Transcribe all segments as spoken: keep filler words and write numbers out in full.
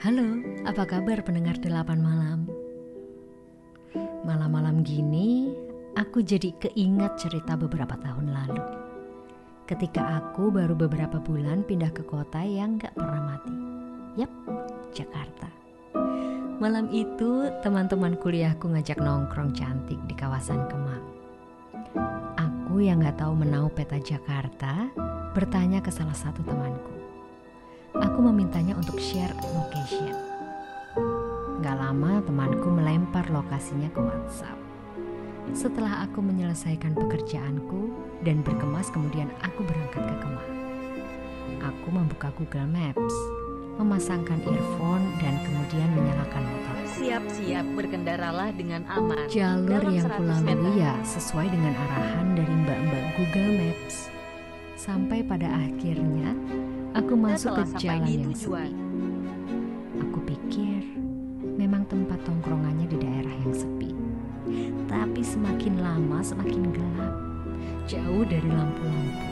Halo, apa kabar pendengar delapan malam? Malam-malam gini, aku jadi keingat cerita beberapa tahun lalu. Ketika aku baru beberapa bulan pindah ke kota yang gak pernah mati. Yap, Jakarta. Malam itu teman-teman kuliahku ngajak nongkrong cantik di kawasan Kemang. Aku yang gak tahu menau peta Jakarta bertanya ke salah satu temanku. Aku memintanya untuk share location. Gak lama temanku melempar lokasinya ke WhatsApp. Setelah aku menyelesaikan pekerjaanku dan berkemas, kemudian aku berangkat ke Kemang. Aku membuka Google Maps, memasangkan earphone dan kemudian menyalakan motor. Siap-siap berkendaralah dengan aman. Jalur Dalam yang seratus kulalui meter. ya sesuai dengan arahan dari mbak-mbak Google Maps. Sampai pada akhirnya aku masuk ke telah sampai jalan di yang tujuan. sepi. Aku pikir memang tempat tongkrongannya di daerah yang sepi. Tapi semakin lama semakin gelap, jauh dari lampu-lampu.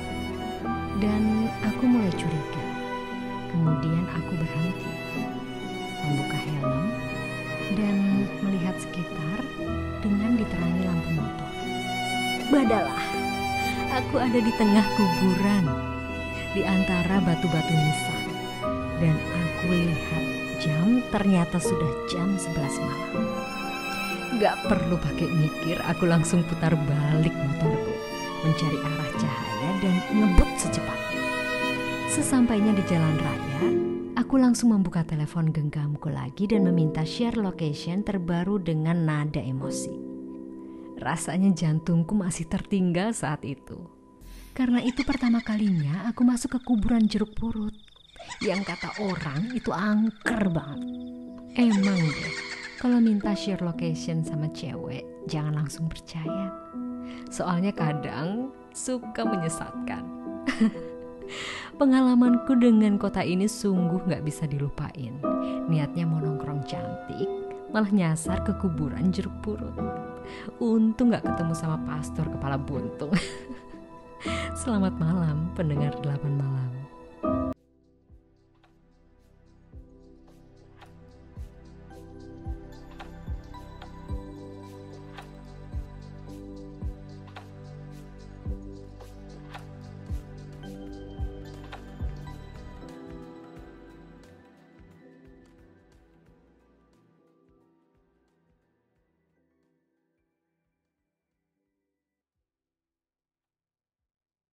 Dan aku mulai curiga. Kemudian aku berhenti, membuka helm, dan melihat sekitar dengan diterangi lampu motor. Badalah, aku ada di tengah kuburan, di antara batu-batu nisan. Dan aku lihat jam, ternyata sudah jam sebelas malam. Gak perlu pakai mikir, aku langsung putar balik motorku, mencari arah cahaya dan ngebut secepatnya. Sesampainya di jalan raya, aku langsung membuka telepon genggamku lagi dan meminta share location terbaru dengan nada emosi. Rasanya jantungku masih tertinggal saat itu. Karena itu pertama kalinya aku masuk ke kuburan jeruk purut. Yang kata orang itu angker banget. Emang deh, kalau minta share location sama cewek, jangan langsung percaya. Soalnya kadang suka menyesatkan. Pengalamanku dengan kota ini sungguh gak bisa dilupain. Niatnya mau nongkrong cantik, malah nyasar ke kuburan jeruk purut. Untung gak ketemu sama pastor kepala buntung. Selamat malam pendengar delapan malam.